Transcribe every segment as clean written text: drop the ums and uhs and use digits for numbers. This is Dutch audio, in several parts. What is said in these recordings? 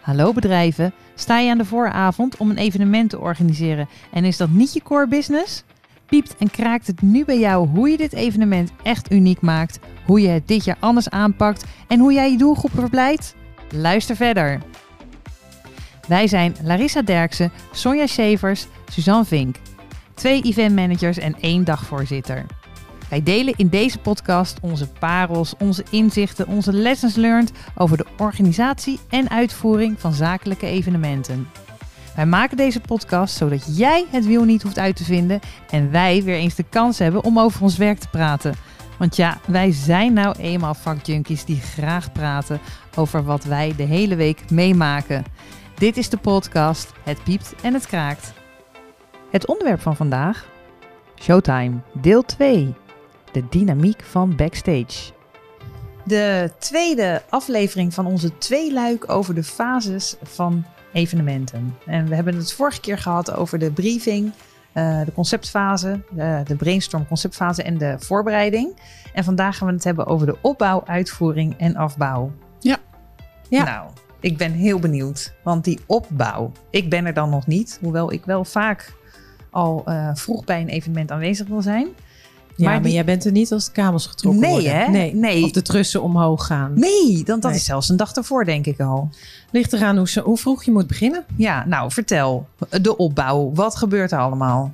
Hallo bedrijven, sta je aan de vooravond om een evenement te organiseren en is dat niet je core business? Piept en kraakt het nu bij jou hoe je dit evenement echt uniek maakt, hoe je het dit jaar anders aanpakt en hoe jij je doelgroepen verblijdt? Luister verder. Wij zijn Larissa Derksen, Sonja Schevers, Suzanne Vink. 2 eventmanagers en 1 dagvoorzitter. Wij delen in deze podcast onze parels, onze inzichten, onze lessons learned over de organisatie en uitvoering van zakelijke evenementen. Wij maken deze podcast zodat jij het wiel niet hoeft uit te vinden en wij weer eens de kans hebben om over ons werk te praten. Want ja, wij zijn nou eenmaal vakjunkies die graag praten over wat wij de hele week meemaken. Dit is de podcast Het Piept en het Kraakt. Het onderwerp van vandaag? Showtime, deel 2. De dynamiek van backstage. De tweede aflevering van onze 2-luik over de fases van evenementen. En we hebben het vorige keer gehad over de briefing, de conceptfase, de brainstorm conceptfase en de voorbereiding. En vandaag gaan we het hebben over de opbouw, uitvoering en afbouw. Ja. Nou, ik ben heel benieuwd. Want die opbouw, ik ben er dan nog niet. Hoewel ik wel vaak al vroeg bij een evenement aanwezig wil zijn. Ja, maar jij bent er niet als de kabels getrokken worden. Hè? Nee. Of de trussen omhoog gaan. Nee, dat is zelfs een dag ervoor, denk ik al. Ligt eraan hoe vroeg je moet beginnen. Ja, nou, vertel. De opbouw. Wat gebeurt er allemaal?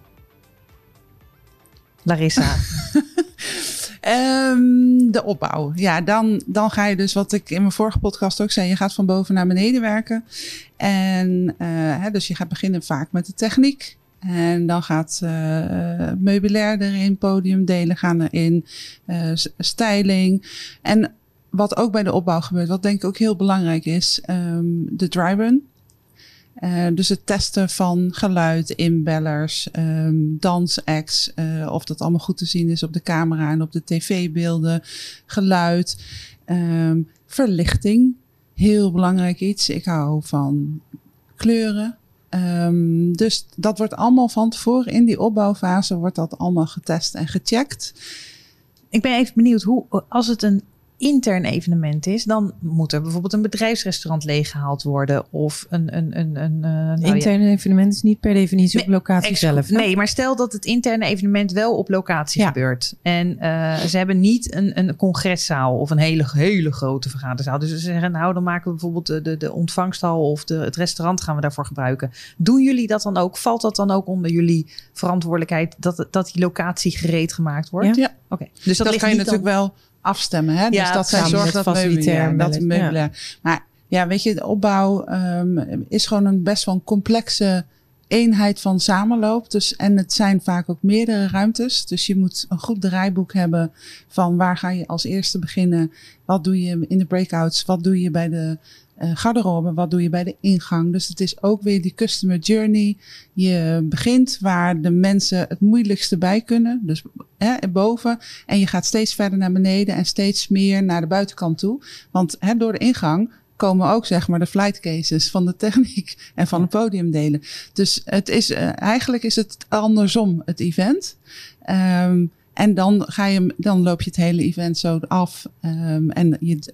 Larissa. De opbouw. Ja, dan ga je dus, wat ik in mijn vorige podcast ook zei, je gaat van boven naar beneden werken. En dus je gaat beginnen vaak met de techniek. En dan gaat meubilair erin, podiumdelen gaan erin, styling. En wat ook bij de opbouw gebeurt, wat denk ik ook heel belangrijk is, de dry run. Dus het testen van geluid, inbellers, dansacts, of dat allemaal goed te zien is op de camera en op de tv-beelden, geluid, verlichting, heel belangrijk iets. Ik hou van kleuren. Dus dat wordt allemaal van tevoren in die opbouwfase wordt dat allemaal getest en gecheckt. Ik ben even benieuwd, als het een intern evenement is, dan moet er bijvoorbeeld een bedrijfsrestaurant leeggehaald worden of een interne evenement is niet per definitie op locatie zelf. Hè? Nee, maar stel dat het interne evenement wel op locatie gebeurt. En ze hebben niet een congreszaal of een hele grote vergaderzaal. Dus ze zeggen, nou, dan maken we bijvoorbeeld de ontvangsthal of het restaurant gaan we daarvoor gebruiken. Doen jullie dat dan ook? Valt dat dan ook onder jullie verantwoordelijkheid dat die locatie gereed gemaakt wordt? Ja. Oké. Dus dat kan je natuurlijk wel afstemmen. Hè? Ja, dus dat zij zorgt dat meubilair. Ja. Maar ja, weet je, de opbouw is gewoon best wel een complexe eenheid van samenloop. Dus, en het zijn vaak ook meerdere ruimtes. Dus je moet een goed draaiboek hebben van waar ga je als eerste beginnen. Wat doe je in de breakouts? Wat doe je bij de garderobe? Wat doe je bij de ingang? Dus het is ook weer die customer journey. Je begint waar de mensen het moeilijkste bij kunnen. Dus boven. En je gaat steeds verder naar beneden en steeds meer naar de buitenkant toe. Want door de ingang komen ook zeg maar de flight cases van de techniek en van de podiumdelen. Dus het is eigenlijk is het andersom, het event. En dan loop je het hele event zo af. En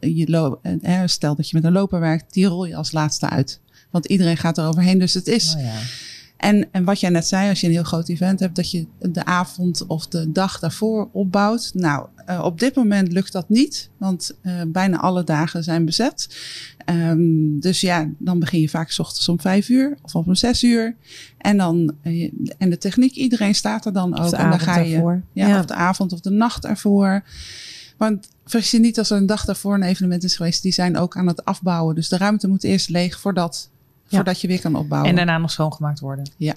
stel dat je met een loper werkt, die rol je als laatste uit. Want iedereen gaat er overheen. Dus het is. Oh ja. En wat jij net zei, als je een heel groot event hebt, dat je de avond of de dag daarvoor opbouwt. Nou, op dit moment lukt dat niet, want bijna alle dagen zijn bezet. Dus ja, dan begin je vaak 's ochtends om 5:00 of om 6:00. En de techniek, iedereen staat er dan ook. En dan ga je of de avond of de nacht ervoor. Want vergis je niet, als er een dag daarvoor een evenement is geweest, die zijn ook aan het afbouwen. Dus de ruimte moet eerst leeg voordat je weer kan opbouwen. En daarna nog schoongemaakt worden. Ja.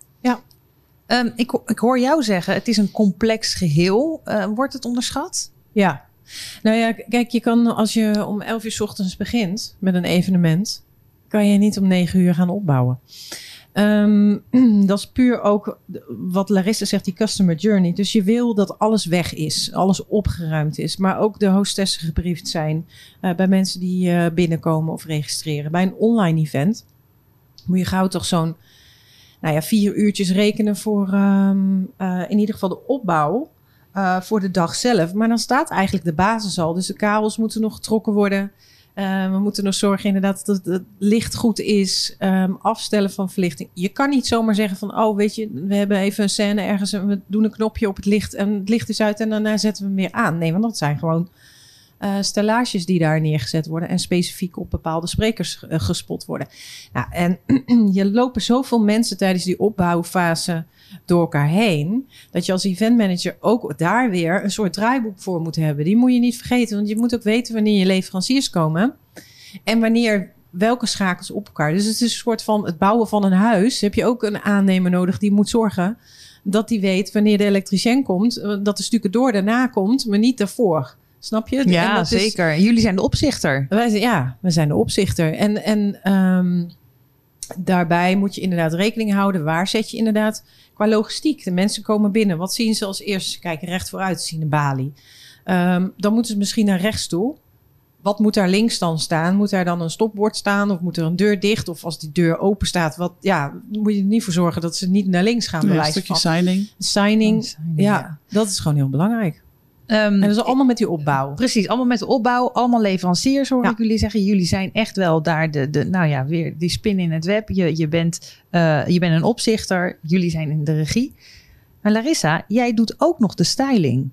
Ik hoor jou zeggen, het is een complex geheel. Wordt het onderschat? Ja. Nou ja, kijk, je kan als je om 11:00 's ochtends begint met een evenement, kan je niet om 9:00 gaan opbouwen. Dat is puur ook wat Larissa zegt, die customer journey. Dus je wil dat alles weg is, alles opgeruimd is. Maar ook de hostessen gebriefd zijn bij mensen die binnenkomen of registreren. Bij een online event moet je gauw toch zo'n 4 uurtjes rekenen voor in ieder geval de opbouw voor de dag zelf. Maar dan staat eigenlijk de basis al. Dus de kabels moeten nog getrokken worden. We moeten nog zorgen inderdaad dat het licht goed is. Afstellen van verlichting. Je kan niet zomaar zeggen van... weet je, we hebben even een scène ergens... en we doen een knopje op het licht... en het licht is uit en daarna zetten we hem weer aan. Nee, want dat zijn gewoon stellages die daar neergezet worden... en specifiek op bepaalde sprekers gespot worden. Nou, en je lopen zoveel mensen tijdens die opbouwfase... door elkaar heen... dat je als eventmanager ook daar weer... een soort draaiboek voor moet hebben. Die moet je niet vergeten... want je moet ook weten wanneer je leveranciers komen... en wanneer welke schakels op elkaar. Dus het is een soort van het bouwen van een huis... heb je ook een aannemer nodig die moet zorgen... dat die weet wanneer de elektricien komt... dat de stukken door daarna komt... maar niet daarvoor. Snap je? Ja, zeker. Jullie zijn de opzichter. We zijn de opzichter. En daarbij moet je inderdaad rekening houden. Waar zet je inderdaad qua logistiek? De mensen komen binnen. Wat zien ze als eerste? Ze kijken recht vooruit, ze zien een balie. Dan moeten ze misschien naar rechts toe. Wat moet daar links dan staan? Moet daar dan een stopbord staan? Of moet er een deur dicht? Of als die deur open staat, moet je er niet voor zorgen dat ze niet naar links gaan. Een stukje signing. Signing, dat is gewoon heel belangrijk. En dat is allemaal met die opbouw. Precies, allemaal met de opbouw. Allemaal leveranciers, hoor ik jullie zeggen. Jullie zijn echt wel daar weer die spin in het web. Je bent een opzichter. Jullie zijn in de regie. Maar Larissa, jij doet ook nog de styling.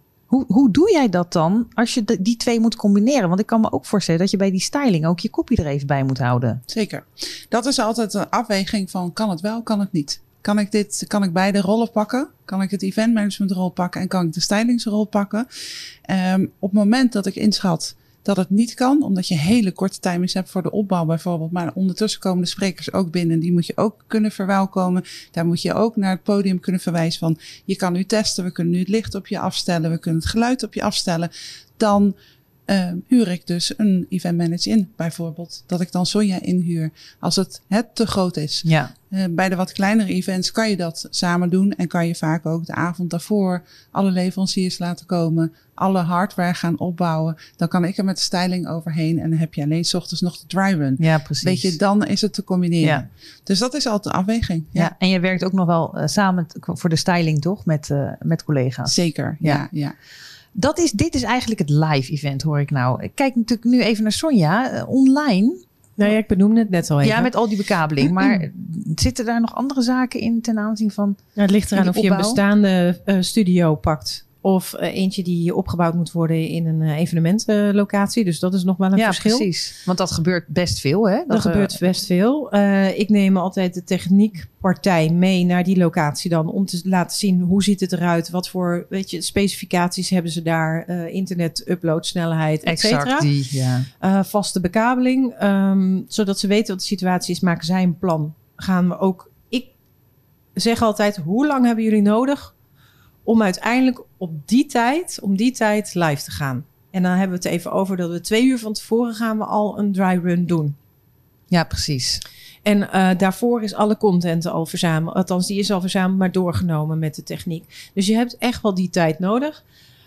Hoe doe jij dat dan als je die twee moet combineren? Want ik kan me ook voorstellen dat je bij die styling ook je kopie er even bij moet houden. Zeker. Dat is altijd een afweging van kan het wel, kan het niet. Kan ik beide rollen pakken? Kan ik het eventmanagementrol pakken en kan ik de stylingsrol pakken? Op het moment dat ik inschat dat het niet kan, omdat je hele korte timings hebt voor de opbouw bijvoorbeeld, maar ondertussen komen de sprekers ook binnen. Die moet je ook kunnen verwelkomen. Daar moet je ook naar het podium kunnen verwijzen van je kan nu testen, we kunnen nu het licht op je afstellen, we kunnen het geluid op je afstellen. Dan huur ik dus een eventmanager in, bijvoorbeeld. Dat ik dan Sonja inhuur als het te groot is. Ja. Bij de wat kleinere events kan je dat samen doen. En kan je vaak ook de avond daarvoor alle leveranciers laten komen. Alle hardware gaan opbouwen. Dan kan ik er met de styling overheen. En dan heb je alleen 's ochtends nog de dry run. Ja, precies. Weet je, dan is het te combineren. Ja. Dus dat is altijd een afweging. Ja. En je werkt ook nog wel samen voor de styling, toch? Met collega's. Zeker, ja. Dit is eigenlijk het live event, hoor ik nou. Ik kijk natuurlijk nu even naar Sonja. Online. Nou ja, ik benoemde het net al even. Ja, met al die bekabeling. Maar zitten daar nog andere zaken in ten aanzien van... Het ligt eraan of je een bestaande studio pakt. Of eentje die opgebouwd moet worden in een evenementlocatie. Dus dat is nog wel een verschil. Ja, precies. Want dat gebeurt best veel, hè? Dat gebeurt best veel. Ik neem altijd de techniekpartij mee naar die locatie dan. Om te laten zien hoe ziet het eruit. Wat voor specificaties hebben ze daar. Internet, upload, snelheid, et cetera. Vaste bekabeling. Zodat ze weten wat de situatie is. Maken zij een plan. Gaan we ook... Ik zeg altijd, hoe lang hebben jullie nodig... om uiteindelijk om die tijd live te gaan. En dan hebben we het even over dat we 2 uur van tevoren gaan we al een dry run doen. Ja, precies. En daarvoor is alle content al verzameld. Althans, die is al verzameld, maar doorgenomen met de techniek. Dus je hebt echt wel die tijd nodig.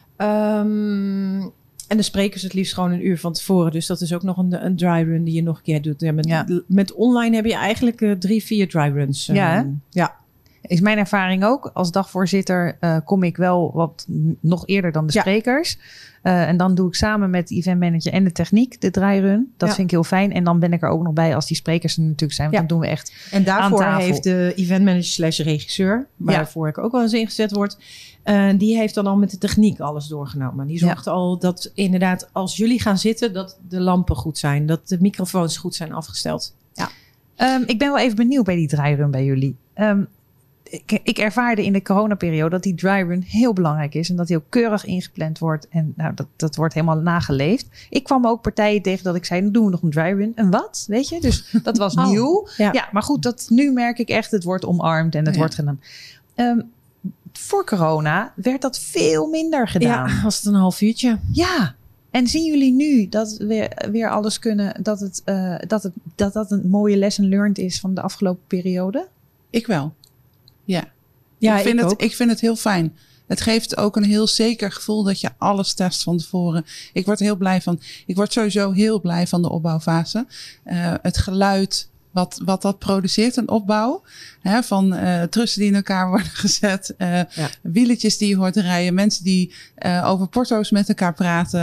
En de sprekers het liefst gewoon 1 uur van tevoren. Dus dat is ook nog een dry run die je nog een keer doet. Ja, met online heb je eigenlijk 3-4 dry runs. Ja. Is mijn ervaring ook. Als dagvoorzitter kom ik wel wat nog eerder dan de sprekers. En dan doe ik samen met de eventmanager en de techniek de draairun. Dat vind ik heel fijn. En dan ben ik er ook nog bij als die sprekers er natuurlijk zijn. Want dan doen we echt en daarvoor heeft de eventmanager / regisseur, waarvoor ik ook wel eens ingezet word. Die heeft dan al met de techniek alles doorgenomen. Die zorgt al dat inderdaad als jullie gaan zitten, dat de lampen goed zijn. Dat de microfoons goed zijn afgesteld. Ja. Ik ben wel even benieuwd bij die draairun bij jullie. Ik ervaarde in de coronaperiode dat die dry run heel belangrijk is. En dat die ook keurig ingepland wordt. En dat wordt helemaal nageleefd. Ik kwam ook partijen tegen dat ik zei, dan doen we nog een dry run. En wat? Weet je? Dus dat was nieuw. Ja, maar goed, nu merk ik echt, het wordt omarmd en het wordt gedaan. Voor corona werd dat veel minder gedaan. Ja, was het een half uurtje. Ja. En zien jullie nu dat we weer alles kunnen, dat een mooie lesson learned is van de afgelopen periode? Ik wel. Ja, ik vind het heel fijn. Het geeft ook een heel zeker gevoel dat je alles test van tevoren. Ik word sowieso heel blij van de opbouwfase. Het geluid, wat dat produceert, een opbouw. Van trussen die in elkaar worden gezet. Wieletjes die je hoort rijden. Mensen die over porto's met elkaar praten.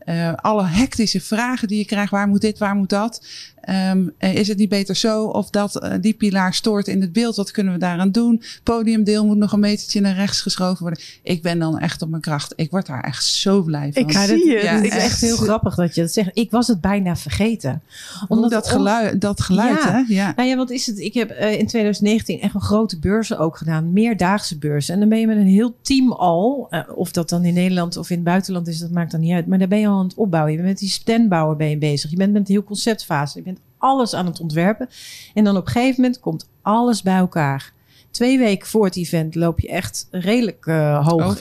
Alle hectische vragen die je krijgt. Waar moet dit, waar moet dat? Is het niet beter zo? Of die pilaar stoort in het beeld. Wat kunnen we daaraan doen? Podiumdeel moet nog een metertje naar rechts geschoven worden. Ik ben dan echt op mijn kracht. Ik word daar echt zo blij van. Ik zie je. Het is echt heel grappig dat je dat zegt. Ik was het bijna vergeten. Omdat dat geluid, hè? Ja. Nou ja, wat is het? Ik heb in 2019 echt wel grote beurzen ook gedaan. Meerdaagse beurzen. En dan ben je met een heel team al. Of dat dan in Nederland of in het buitenland is, dat maakt dan niet uit. Maar daar ben je al aan het opbouwen. Je bent met die standbouwer ben je bezig. Je bent met de heel conceptfase. Je bent alles aan het ontwerpen. En dan op een gegeven moment komt alles bij elkaar. 2 weken voor het event loop je echt redelijk hoog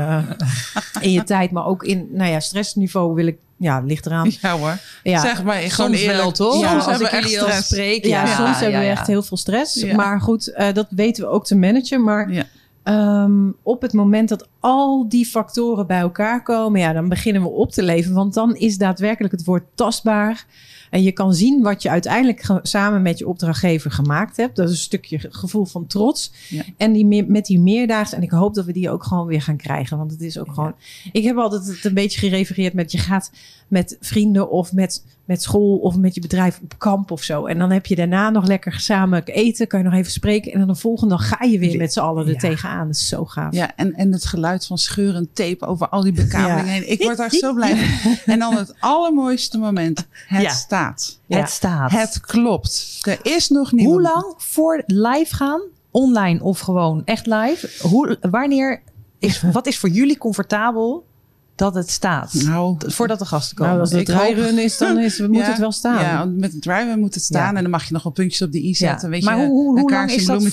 in je tijd. Maar ook in stressniveau wil ik... Ja, ligt eraan. Ja hoor. Ja. Zeg maar, gewoon soms wel, toch? Ja, soms hebben we echt stress. Spreken. Ja, soms hebben we echt heel veel stress. Ja. Maar goed, dat weten we ook te managen. Maar op het moment dat al die factoren bij elkaar komen... dan beginnen we op te leven. Want dan is daadwerkelijk het woord tastbaar... En je kan zien wat je uiteindelijk samen met je opdrachtgever gemaakt hebt. Dat is een stukje gevoel van trots. Ja. En met die meerdaags. En ik hoop dat we die ook gewoon weer gaan krijgen. Want het is ook gewoon... Ik heb altijd het een beetje gerefereerd met... Je gaat met vrienden of met school of met je bedrijf op kamp of zo. En dan heb je daarna nog lekker gezamenlijk eten. Kan je nog even spreken. En dan de volgende dag ga je weer met z'n allen er tegenaan. Dat is zo gaaf. Ja, en het geluid van scheurend tape over al die bekabelingen heen. Ik word daar zo blij van. En dan het allermooiste moment. Het staat. Ja. Het staat. Het klopt. Er is nog niet. Hoe lang voor live gaan? Online of gewoon echt live? Wat is voor jullie comfortabel dat het staat? Nou, voordat de gasten komen. Als het dry-run is, dan moet het wel staan. Ja, met het dry-run moet het staan. En dan mag je nog wel puntjes op de i zetten. Weet maar je, hoe lang is dat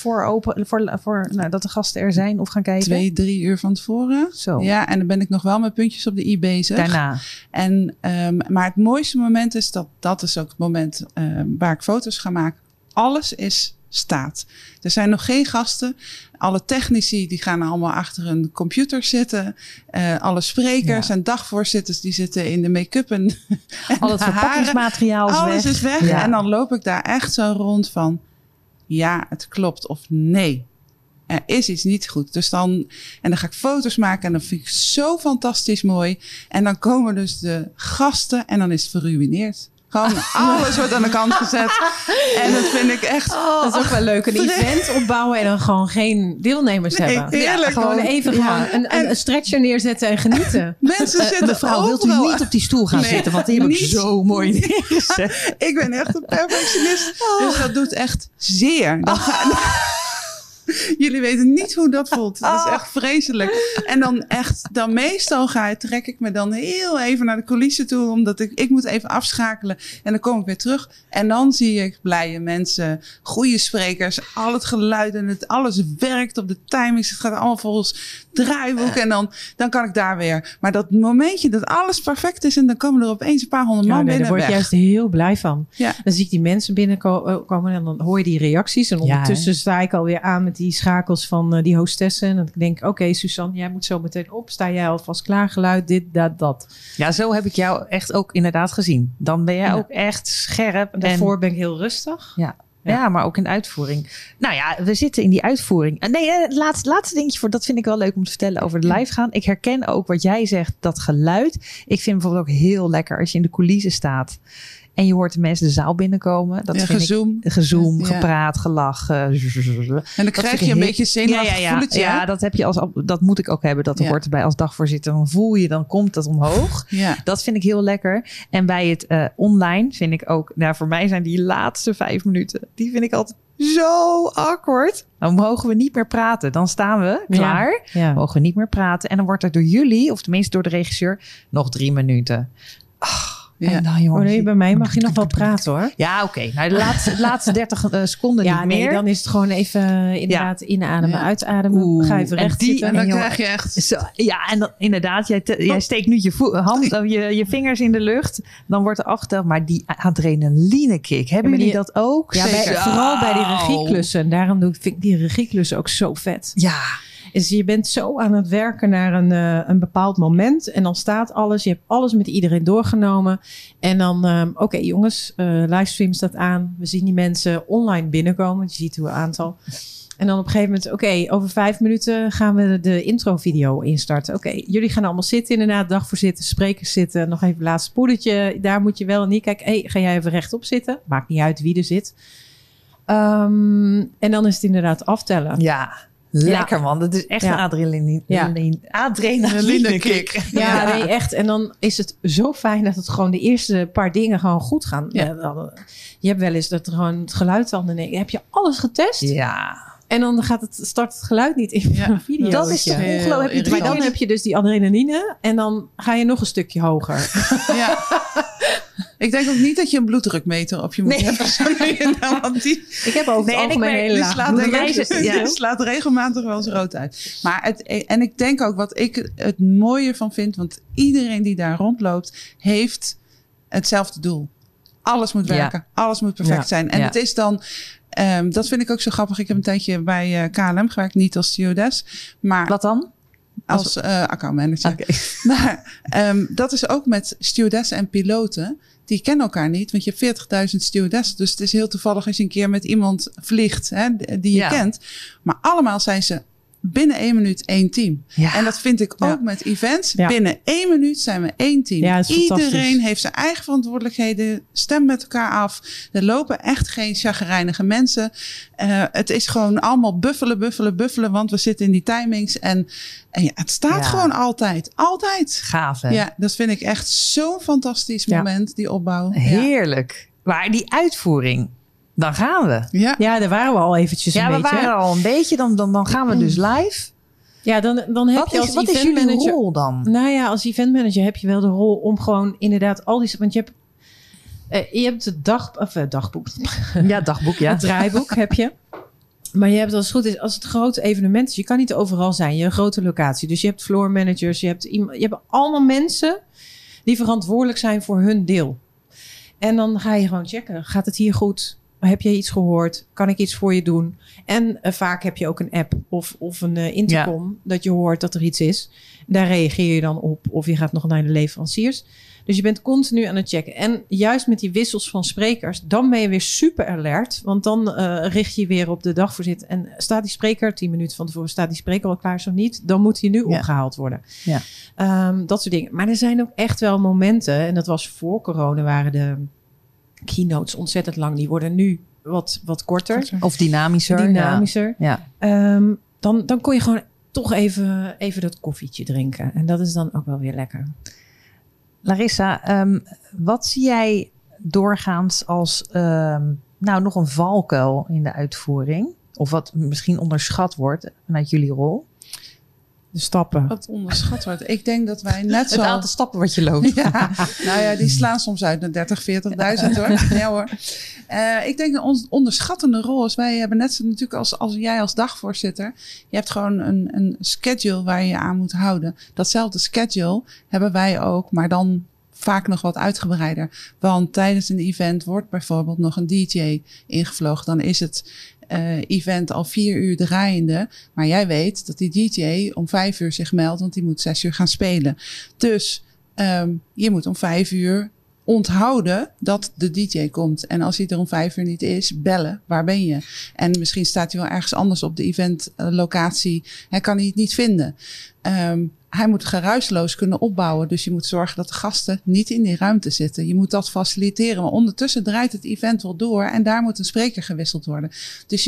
voor dat de gasten er zijn of gaan kijken? 2-3 uur van tevoren. Zo. Ja, en dan ben ik nog wel met puntjes op de i bezig. Daarna. En, maar het mooiste moment is dat is ook het moment waar ik foto's ga maken. Alles staat. Er zijn nog geen gasten. Alle technici die gaan allemaal achter een computer zitten. Alle sprekers en dagvoorzitters die zitten in de make-up en al het verpakkingsmateriaal is weg. Alles is weg. Ja. En dan loop ik daar echt zo rond van ja, het klopt of nee. Er is iets niet goed. Dus dan ga ik foto's maken en dan vind ik zo fantastisch mooi. En dan komen dus de gasten en dan is het verruineerd. Gewoon alles wordt aan de kant gezet. En dat vind ik echt... dat is ook wel leuk. Een event opbouwen en dan gewoon geen deelnemers hebben. Heerlijk. Gewoon even een stretcher neerzetten en genieten. Mensen zitten mevrouw, wilt u niet op die stoel gaan zitten? Want die heb ik zo mooi neergezet. Ik ben echt een perfectionist. Dus dat doet echt zeer. Jullie weten niet hoe dat voelt. Het is echt vreselijk. En dan meestal trek ik me dan heel even naar de coulissen toe. Omdat ik moet even afschakelen. En dan kom ik weer terug. En dan zie ik blije mensen, goede sprekers, al het geluid en alles werkt op de timings. Het gaat allemaal volgens draaiboek. En dan kan ik daar weer. Maar dat momentje dat alles perfect is en dan komen er opeens een paar honderd man binnen. Daar word je juist heel blij van. Ja. Dan zie ik die mensen binnenkomen en dan hoor je die reacties. En ondertussen sta ik alweer aan met die schakels van die hostessen. En dan denk ik, oké, Suzanne, jij moet zo meteen op. Sta jij alvast klaar? Geluid, dit, dat. Ja, zo heb ik jou echt ook inderdaad gezien. Dan ben jij ook echt scherp. En daarvoor ben ik heel rustig. Ja, maar ook in uitvoering. Nou ja, we zitten in die uitvoering. Nee, het laatste dingetje dat vind ik wel leuk om te vertellen over de live gaan. Ik herken ook wat jij zegt, dat geluid. Ik vind bijvoorbeeld ook heel lekker als je in de coulissen staat. En je hoort de mensen de zaal binnenkomen. Dat vind gezoom, gepraat, gelachen. En dan krijg je een beetje zenuwachtig gevoeletje. Ja, dat heb je dat moet ik ook hebben. Dat hoort erbij als dagvoorzitter. Dan voel je, dan komt dat omhoog. Ja. Dat vind ik heel lekker. En bij het online vind ik ook... Nou, voor mij zijn die laatste 5 minuten... Die vind ik altijd zo awkward. Dan mogen we niet meer praten. Dan staan we klaar. Ja. Mogen we niet meer praten. En dan wordt er door jullie, of tenminste door de regisseur... nog 3 minuten. Ja. Nou, jongens, bij mij mag je nog wel praten hoor. Ja, oké. Nou, de laatste 30 seconden niet meer. Nee, dan is het gewoon even inderdaad inademen, uitademen. Ga even recht zitten. En dan krijg je echt... Zo, ja, en dan inderdaad, jij steekt nu je vingers in de lucht. Dan wordt er afgeteld. Maar die adrenaline kick, hebben jullie dat ook? Ja, vooral bij die regieklussen. Daarom vind ik die regieklussen ook zo vet. Ja. Dus je bent zo aan het werken naar een bepaald moment. En dan staat alles. Je hebt alles met iedereen doorgenomen. En dan, oké, jongens, livestream staat aan. We zien die mensen online binnenkomen. Je ziet hoe aantal. En dan op een gegeven moment, oké, over 5 minuten gaan we de intro-video instarten. Oké, jullie gaan allemaal zitten inderdaad, dag voor zitten, sprekers zitten, nog even het laatste poedertje. Daar moet je wel en niet kijken. Ga jij even rechtop zitten? Maakt niet uit wie er zit. En dan is het inderdaad aftellen. Ja, lekker man. Dat is echt een adrenaline kick. Ja, nee, echt. En dan is het zo fijn dat het gewoon de eerste paar dingen gewoon goed gaan. Ja. Je hebt wel eens dat er gewoon het geluid dan... Heb je alles getest? Ja. En dan start het geluid niet in een video. Dat is toch ongelooflijk. Maar dan heb je dus die adrenaline en dan ga je nog een stukje hoger. Ja. Ik denk ook niet dat je een bloeddrukmeter op je moet hebben. Want ik heb over het algemeen hele laag. Slaat regelmatig wel eens rood uit. Maar en ik denk ook wat ik het mooie van vind, want iedereen die daar rondloopt heeft hetzelfde doel. Alles moet werken. Alles moet perfect zijn. En het is dan... dat vind ik ook zo grappig. Ik heb een tijdje bij KLM gewerkt, niet als stewardess. Maar wat dan? Als accountmanager. Okay. Maar dat is ook met stewardessen en piloten. Die kennen elkaar niet, want je hebt 40.000 stewardessen. Dus het is heel toevallig als je een keer met iemand vliegt die je kent. Maar allemaal zijn ze binnen 1 minuut 1 team. Ja. En dat vind ik ook met events. Ja. Binnen 1 minuut zijn we 1 team. Ja, iedereen heeft zijn eigen verantwoordelijkheden. Stemt met elkaar af. Er lopen echt geen chagrijnige mensen. Het is gewoon allemaal buffelen. Want we zitten in die timings. En het staat gewoon altijd. Altijd. Gaaf, hè? Ja, dat vind ik echt zo'n fantastisch moment, die opbouw. Heerlijk. Maar die uitvoering... Dan gaan we. Ja, daar waren we al eventjes een beetje. Ja, we waren al een beetje. Dan gaan we dus live. Ja, dan heb je als wat is jullie rol dan? Nou ja, als eventmanager heb je wel de rol om gewoon inderdaad al die... Want je hebt het dagboek. Ja, dagboek, ja. Het draaiboek heb je. Maar je hebt als het goed is, als het grote evenement is... Je kan niet overal zijn. Je hebt een grote locatie. Dus je hebt floor managers. Je hebt allemaal mensen die verantwoordelijk zijn voor hun deel. En dan ga je gewoon checken. Gaat het hier goed? Heb je iets gehoord? Kan ik iets voor je doen? En vaak heb je ook een app of een intercom dat je hoort dat er iets is. Daar reageer je dan op of je gaat nog naar de leveranciers. Dus je bent continu aan het checken. En juist met die wissels van sprekers, dan ben je weer super alert. Want dan richt je weer op de dagvoorzitter. En staat die spreker 10 minuten van tevoren, staat die spreker al klaar, zo niet? Dan moet hij nu opgehaald worden. Ja. Dat soort dingen. Maar er zijn ook echt wel momenten, en dat was voor corona, waren de keynotes ontzettend lang. Die worden nu wat korter. Of dynamischer. Ja. Dan kon je gewoon toch even dat koffietje drinken. En dat is dan ook wel weer lekker. Larissa, wat zie jij doorgaans als nog een valkuil in de uitvoering? Of wat misschien onderschat wordt vanuit jullie rol? De stappen. Wat onderschat wordt. Ik denk dat wij net zo... Het aantal stappen wat je loopt. Ja, nou ja, die slaan soms uit naar 30.000, 40.000 hoor. Ja hoor. Ik denk een onderschattende rol is... Wij hebben net zo natuurlijk als jij als dagvoorzitter... Je hebt gewoon een schedule waar je je aan moet houden. Datzelfde schedule hebben wij ook, maar dan vaak nog wat uitgebreider. Want tijdens een event wordt bijvoorbeeld nog een DJ ingevlogen. Dan is het... event al 4 uur draaiende. Maar jij weet dat die DJ om 5 uur zich meldt, want die moet 6 uur gaan spelen. Dus je moet om 5 uur onthouden dat de DJ komt. En als hij er om 5 uur niet is, bellen. Waar ben je? En misschien staat hij wel ergens anders op de eventlocatie. Hij kan het niet vinden. Hij moet geruisloos kunnen opbouwen. Dus je moet zorgen dat de gasten niet in die ruimte zitten. Je moet dat faciliteren. Maar ondertussen draait het event wel door. En daar moet een spreker gewisseld worden. Dus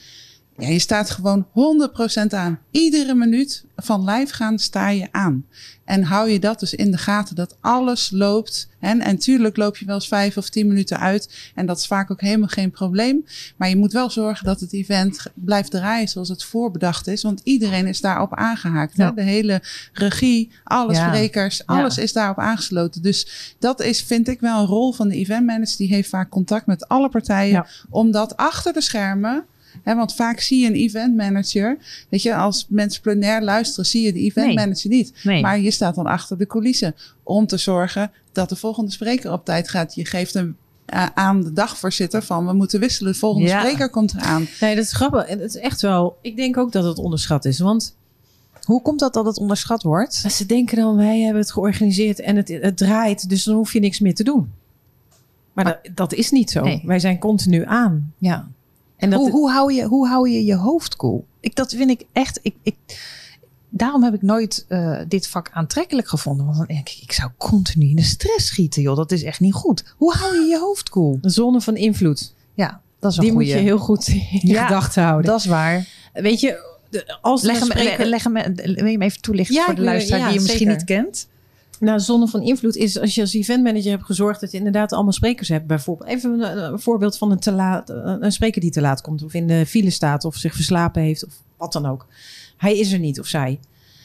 je staat gewoon 100% aan. Iedere minuut van live gaan sta je aan. En hou je dat dus in de gaten, dat alles loopt. En tuurlijk loop je wel eens 5 of 10 minuten uit. En dat is vaak ook helemaal geen probleem. Maar je moet wel zorgen dat het event blijft draaien zoals het voorbedacht is. Want iedereen is daarop aangehaakt. Ja. Hè? De hele regie, alle sprekers, alles is daarop aangesloten. Dus dat is, vind ik, wel een rol van de eventmanager. Die heeft vaak contact met alle partijen. Om dat achter de schermen... want vaak zie je een eventmanager. Weet je, als mensen plenair luisteren, zie je de eventmanager niet. Nee. Maar je staat dan achter de coulissen om te zorgen dat de volgende spreker op tijd gaat. Je geeft hem aan de dagvoorzitter van we moeten wisselen. De volgende spreker komt eraan. Nee, dat is grappig. En het is echt wel. Ik denk ook dat het onderschat is. Want hoe komt dat het onderschat wordt? Ze denken dan wij hebben het georganiseerd en het draait. Dus dan hoef je niks meer te doen. Maar dat is niet zo. Nee. Wij zijn continu aan. Ja. En dat Hoe hou je je hoofd koel? Dat vind ik echt... Daarom heb ik nooit dit vak aantrekkelijk gevonden. Want dan denk ik zou continu in de stress schieten, joh. Dat is echt niet goed. Hoe hou je je hoofd koel? De zone van invloed. Ja, dat is een Die goeie. moet je heel goed in gedachten houden. Dat is waar. Weet je, als wil je hem even toelichten voor de luisteraar die je misschien niet kent? Nou, de zone van invloed is als je als eventmanager hebt gezorgd dat je inderdaad allemaal sprekers hebt. Bijvoorbeeld even een voorbeeld van een spreker die te laat komt of in de file staat of zich verslapen heeft of wat dan ook. Hij is er niet of zij.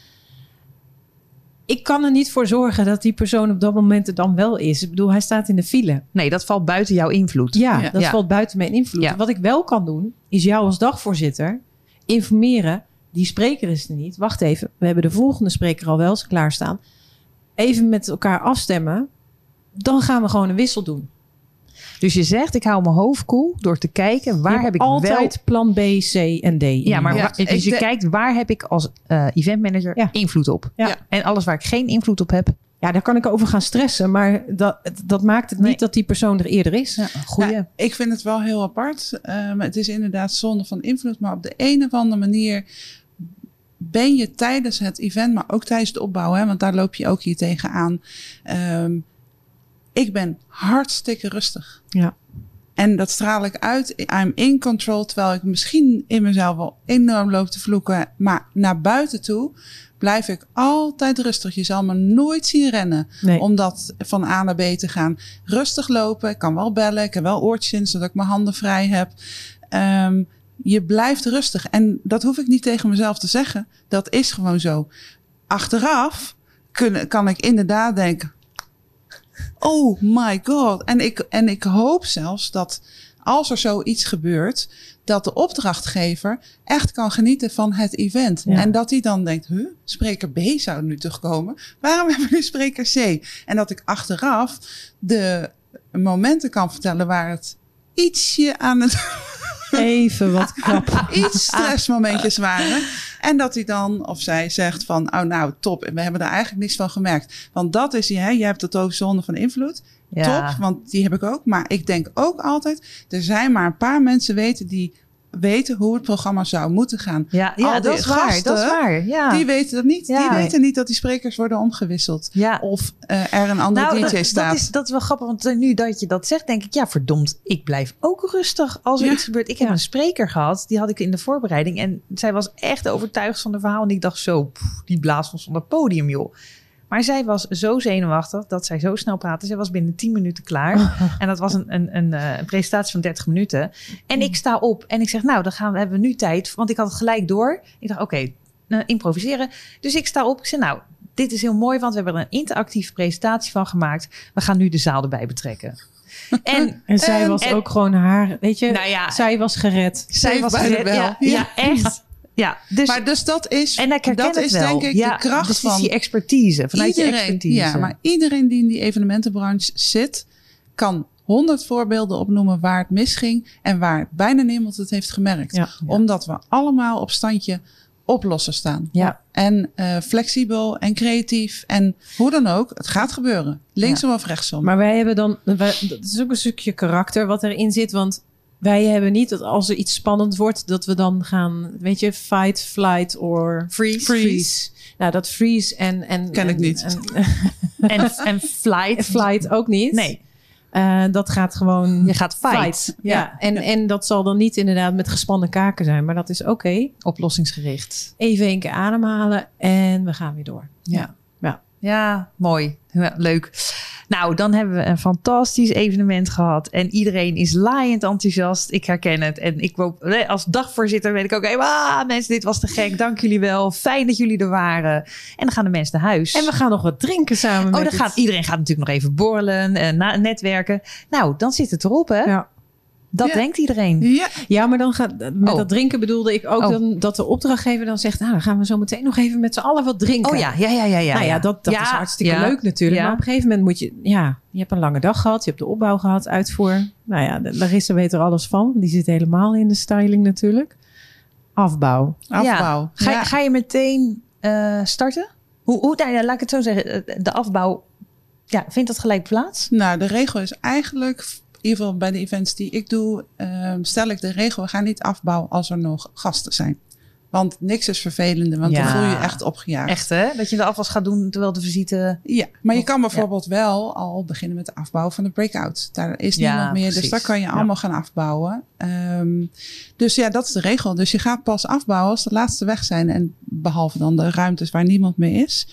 Ik kan er niet voor zorgen dat die persoon op dat moment er dan wel is. Ik bedoel, hij staat in de file. Nee, dat valt buiten jouw invloed. Ja, dat valt buiten mijn invloed. Ja. Wat ik wel kan doen, is jou als dagvoorzitter informeren. Die spreker is er niet. Wacht even, we hebben de volgende spreker al wel eens klaarstaan. Even met elkaar afstemmen. Dan gaan we gewoon een wissel doen. Dus je zegt, ik hou mijn hoofd koel door te kijken waar heb ik altijd plan B, C en D. Ja, maar dus je kijkt waar heb ik als eventmanager invloed op. Ja. En alles waar ik geen invloed op heb. Ja, daar kan ik over gaan stressen. Maar dat maakt het niet dat die persoon er eerder is. Ja, goeie. Ja, ik vind het wel heel apart. Het is inderdaad zone van invloed. Maar op de een of andere manier ben je tijdens het event, maar ook tijdens de opbouw. Hè, want daar loop je ook hier tegenaan. Ik ben hartstikke rustig. Ja. En dat straal ik uit. I'm in control. Terwijl ik misschien in mezelf wel enorm loop te vloeken. Maar naar buiten toe blijf ik altijd rustig. Je zal me nooit zien rennen. Nee. Om dat van A naar B te gaan. Rustig lopen. Ik kan wel bellen. Ik heb wel oortjes in, zodat ik mijn handen vrij heb. Je blijft rustig. En dat hoef ik niet tegen mezelf te zeggen. Dat is gewoon zo. Achteraf kan ik inderdaad denken, oh my god. En ik hoop zelfs dat als er zoiets gebeurt, dat de opdrachtgever echt kan genieten van het event. Ja. En dat hij dan denkt, spreker B zou nu toch komen? Waarom hebben we nu spreker C? En dat ik achteraf de momenten kan vertellen waar het ietsje aan het even wat krap. iets stressmomentjes waren. En dat hij dan of zij zegt van, oh nou top. En we hebben er eigenlijk niks van gemerkt. Want dat is, je hebt het over zone van invloed. Ja. Top, want die heb ik ook. Maar ik denk ook altijd, er zijn maar een paar mensen weten hoe het programma zou moeten gaan. Ja, dat is waar. Dat is waar. Ja. Die weten dat niet. Ja, die weten niet dat die sprekers worden omgewisseld. Ja. Of er een andere DJ staat. Dat is wel grappig, want nu dat je dat zegt, denk ik, ja verdomd, ik blijf ook rustig als er iets gebeurt. Ik heb een spreker gehad, die had ik in de voorbereiding. En zij was echt overtuigd van de verhaal. En ik dacht zo, die blaast ons van het podium, joh. Maar zij was zo zenuwachtig dat zij zo snel praatte. Zij was binnen 10 minuten klaar. En dat was een presentatie van 30 minuten. En ik sta op en ik zeg, nou, hebben we nu tijd. Want ik had het gelijk door. Ik dacht, oké, improviseren. Dus ik sta op. Ik zeg, nou, dit is heel mooi, want we hebben er een interactieve presentatie van gemaakt. We gaan nu de zaal erbij betrekken. En zij was ook gewoon haar, weet je, zij was gered. Zij was gered, ja, echt. Ja, dus dat is, en ik herken dat het is wel. denk ik de kracht dus van is die expertise. Vanuit je expertise. Ja, maar iedereen die in die evenementenbranche zit, kan 100 voorbeelden opnoemen waar het misging en waar bijna niemand het heeft gemerkt. Ja. Omdat we allemaal op standje oplossen staan. Ja. En flexibel en creatief en hoe dan ook, het gaat gebeuren. Linksom of rechtsom. Maar wij hebben dan, dat is ook een stukje karakter wat erin zit, want wij hebben niet dat als er iets spannend wordt, dat we dan gaan, weet je, fight, flight or freeze. Nou, dat freeze en ken ik niet. En flight ook niet. Nee. Dat gaat gewoon. Je gaat fight. Ja. En dat zal dan niet inderdaad met gespannen kaken zijn, maar dat is oké. Oplossingsgericht. Even 1 keer ademhalen en we gaan weer door. Ja, mooi. Ja, leuk. Nou, dan hebben we een fantastisch evenement gehad. En iedereen is laaiend enthousiast. Ik herken het. En ik als dagvoorzitter weet ik ook... mensen, dit was te gek. Dank jullie wel. Fijn dat jullie er waren. En dan gaan de mensen naar huis. En we gaan nog wat drinken samen. Iedereen gaat natuurlijk nog even borrelen en netwerken. Nou, dan zit het erop, hè? Ja. Dat denkt iedereen. Ja, maar dan dat drinken bedoelde ik ook dan dat de opdrachtgever dan zegt, nou, dan gaan we zo meteen nog even met z'n allen wat drinken. Oh ja. Nou ja, dat is hartstikke leuk natuurlijk. Maar op een gegeven moment moet je, je hebt een lange dag gehad, je hebt de opbouw gehad, uitvoer. Nou ja, Larissa weet er alles van. Die zit helemaal in de styling natuurlijk. Afbouw. Ja. Ga je meteen starten? Laat ik het zo zeggen. De afbouw, vindt dat gelijk plaats? Nou, de regel is eigenlijk in ieder geval bij de events die ik doe, stel ik de regel, we gaan niet afbouwen als er nog gasten zijn. Want niks is vervelender, want dan voel je je echt opgejaagd. Echt hè? Dat je de afwas gaat doen terwijl de visite... Ja, maar je kan bijvoorbeeld wel al beginnen met de afbouw van de breakout. Daar is niemand meer, precies. dus daar kan je allemaal gaan afbouwen. Dus ja, dat is de regel. Dus je gaat pas afbouwen als de laatste weg zijn. En behalve dan de ruimtes waar niemand meer is.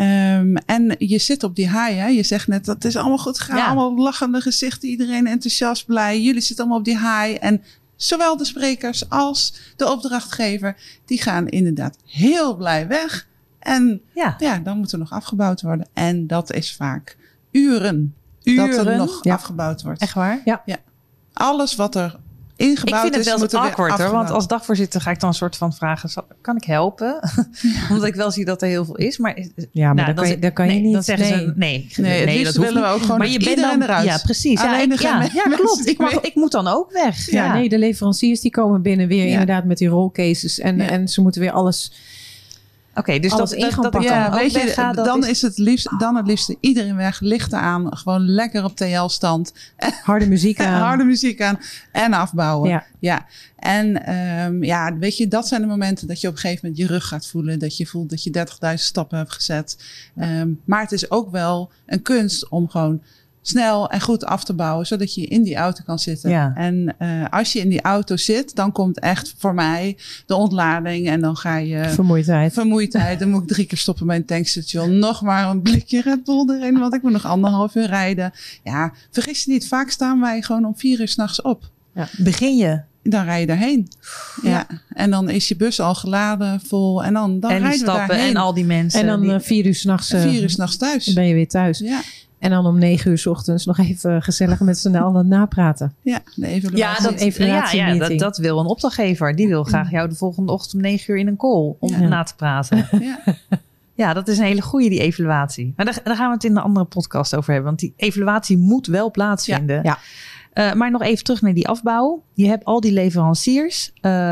En je zit op die high, hè? Je zegt net, dat is allemaal goed gegaan. Allemaal lachende gezichten, iedereen enthousiast, blij. Jullie zitten allemaal op die high en... Zowel de sprekers als de opdrachtgever, die gaan inderdaad heel blij weg. En dan moet er nog afgebouwd worden. En dat is vaak uren dat er nog afgebouwd wordt. Echt waar? Ja. Alles wat er ingebouwd is, ik vind het wel awkward hoor. Want als dagvoorzitter ga ik dan een soort van vragen, kan ik helpen? Omdat ik wel zie dat er heel veel is. Maar dan kan je niet. Dan zeggen ze nee, dat willen we ook gewoon. Maar je bent dan eruit. Ja, precies. Alleen klopt. Ik moet dan ook weg. Ja, nee, de leveranciers die komen binnen weer inderdaad met die rollcases. En ze moeten weer alles... Oké, dus dat weet je, dan is het liefst iedereen weg, lichten aan, gewoon lekker op TL-stand. Harde muziek aan. Harde muziek aan en afbouwen. Ja. En weet je, dat zijn de momenten dat je op een gegeven moment je rug gaat voelen. Dat je voelt dat je 30.000 stappen hebt gezet. Maar het is ook wel een kunst om gewoon snel en goed af te bouwen, zodat je in die auto kan zitten. Ja. En als je in die auto zit, dan komt echt voor mij de ontlading en dan ga je... Vermoeidheid. Dan moet ik 3 keer stoppen bij een tankstation. Nog maar een blikje Red Bull erin, want ik moet nog 1,5 uur rijden. Ja, vergis je niet. Vaak staan wij gewoon om 4 uur 's nachts op. Ja. Begin je? Dan rij je daarheen. Ja. En dan is je bus al geladen, vol. En dan en rijden we daarheen. En al die mensen. En dan 4 uur 's nachts. 4 uur 's nachts thuis. Dan ben je weer thuis. Ja. En dan om 9 uur 's ochtends nog even gezellig met z'n allen napraten. Ja, de evaluatie. Dat wil een opdrachtgever. Die wil graag jou de volgende ochtend om 9 uur in een call om na te praten. Ja, dat is een hele goede, die evaluatie. Maar daar gaan we het in een andere podcast over hebben. Want die evaluatie moet wel plaatsvinden. Ja. Maar nog even terug naar die afbouw. Je hebt al die leveranciers.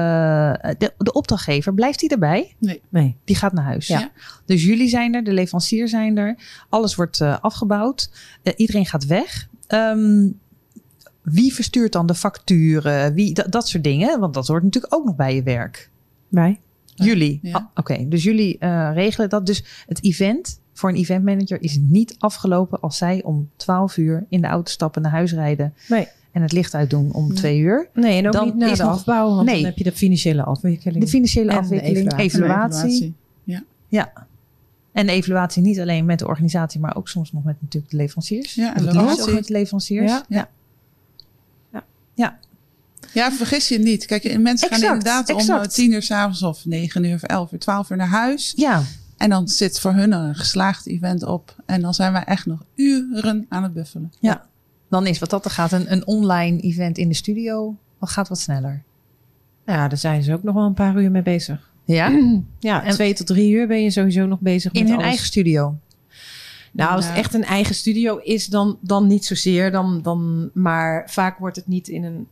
De opdrachtgever, blijft die erbij? Nee. Die gaat naar huis. Ja. Dus jullie zijn er, de leveranciers zijn er. Alles wordt afgebouwd. Iedereen gaat weg. Wie verstuurt dan de facturen? Dat soort dingen. Want dat hoort natuurlijk ook nog bij je werk. Wij. Jullie. Ja. Oké, dus jullie regelen dat. Dus het event voor een eventmanager is niet afgelopen als zij om 12 uur in de auto stappen, naar huis rijden. Nee. En het licht uitdoen om 2 uur. Nee, en ook dan niet na de afbouw. Want dan heb je de financiële afwikkeling. De financiële afwikkeling, evaluatie. Ja. En de evaluatie niet alleen met de organisatie, maar ook soms nog met natuurlijk de leveranciers. Ja, en ook met de leveranciers. Ja, vergis je niet. Kijk, mensen gaan inderdaad om 10 uur 's avonds of 9 uur of 11 uur, 12 uur naar huis. Ja. En dan zit voor hun een geslaagd event op. En dan zijn wij echt nog uren aan het buffelen. Ja. Dan is wat dat er gaat een online event in de studio. Dat gaat wat sneller. Ja, daar zijn ze ook nog wel een paar uur mee bezig. Ja? Ja, 2 tot 3 uur ben je sowieso nog bezig met in hun eigen studio. Nou, als het echt een eigen studio is, dan niet zozeer. Maar vaak wordt het niet in een...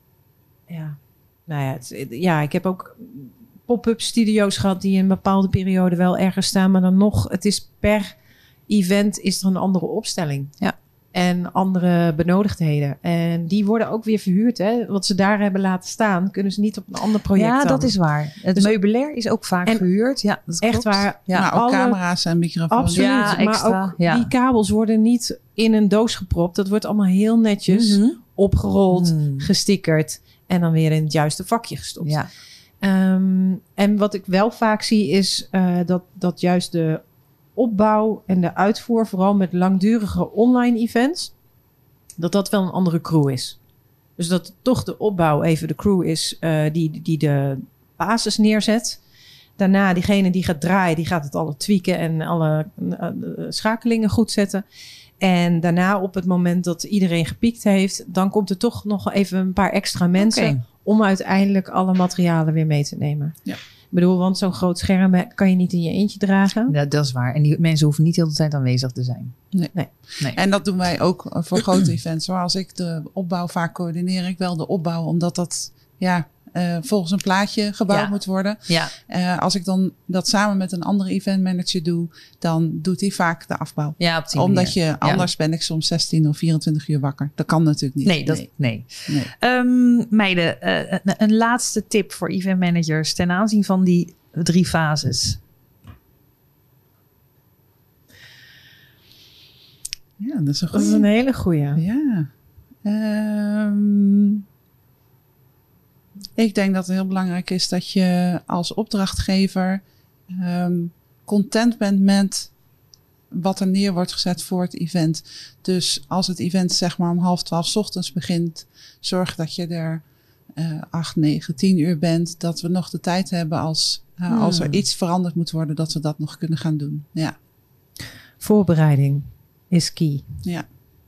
ik heb ook pop-up studio's gehad die in een bepaalde periode wel ergens staan. Maar dan nog, het is per event is er een andere opstelling. Ja. En andere benodigdheden. En die worden ook weer verhuurd. Hè? Wat ze daar hebben laten staan, kunnen ze niet op een ander project. Ja, dat is waar. Het meubilair is ook vaak verhuurd. Ja, dat echt klopt. Waar. Ja, maar ook camera's en microfoons. Absoluut. Ja, extra, maar ook die kabels worden niet in een doos gepropt. Dat wordt allemaal heel netjes opgerold, gestickerd. En dan weer in het juiste vakje gestopt. Ja. En wat ik wel vaak zie is dat juist de opbouw en de uitvoer, vooral met langdurige online events, dat wel een andere crew is. Dus dat toch de opbouw even de crew is die de basis neerzet. Daarna diegene die gaat draaien, die gaat het alle tweaken en alle schakelingen goed zetten. En daarna op het moment dat iedereen gepiekt heeft, dan komt er toch nog even een paar extra mensen om uiteindelijk alle materialen weer mee te nemen. Ja. Ik bedoel, want zo'n groot scherm kan je niet in je eentje dragen. Ja, dat is waar. En die mensen hoeven niet heel de hele tijd aanwezig te zijn. Nee. En dat doen wij ook voor grote events. Hoor. Als ik de opbouw vaak coördineer, ik wel de opbouw, omdat dat volgens een plaatje gebouwd moet worden. Ja. Als ik dan dat samen met een andere eventmanager doe, dan doet hij vaak de afbouw. Ja, op die Omdat manier. anders ben ik soms 16 of 24 uur wakker. Dat kan natuurlijk niet. Nee. Meiden, een laatste tip voor eventmanagers ten aanzien van die 3 fases. Ja, dat is een goeie. Dat is een hele goeie. Ja. Ik denk dat het heel belangrijk is dat je als opdrachtgever content bent met wat er neer wordt gezet voor het event. Dus als het event zeg maar om 11:30 ochtends begint, zorg dat je er 8, 9, 10 uur bent. Dat we nog de tijd hebben als er iets veranderd moet worden, dat we dat nog kunnen gaan doen. Ja. Voorbereiding is key. Ja.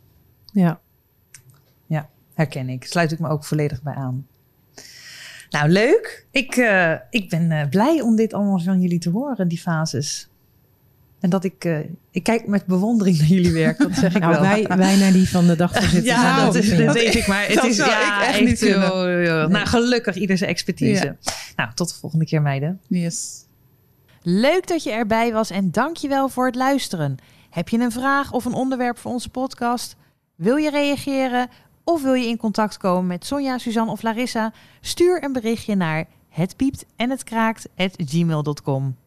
Ja, herken ik. Sluit ik me ook volledig bij aan. Nou, leuk. Ik ben blij om dit allemaal van jullie te horen, die fases. En dat ik kijk met bewondering naar jullie werk. Dat zeg ik wel. Wij naar die van de dagvoorzitter. Ja, dat weet ik. Maar het is echt niet kunnen. Nou, gelukkig ieder zijn expertise. Ja. Nou, tot de volgende keer, meiden. Yes. Leuk dat je erbij was en dank je wel voor het luisteren. Heb je een vraag of een onderwerp voor onze podcast? Wil je reageren of wil je in contact komen met Sonja, Suzanne of Larissa? Stuur een berichtje naar hetpiept en het kraakt @gmail.com.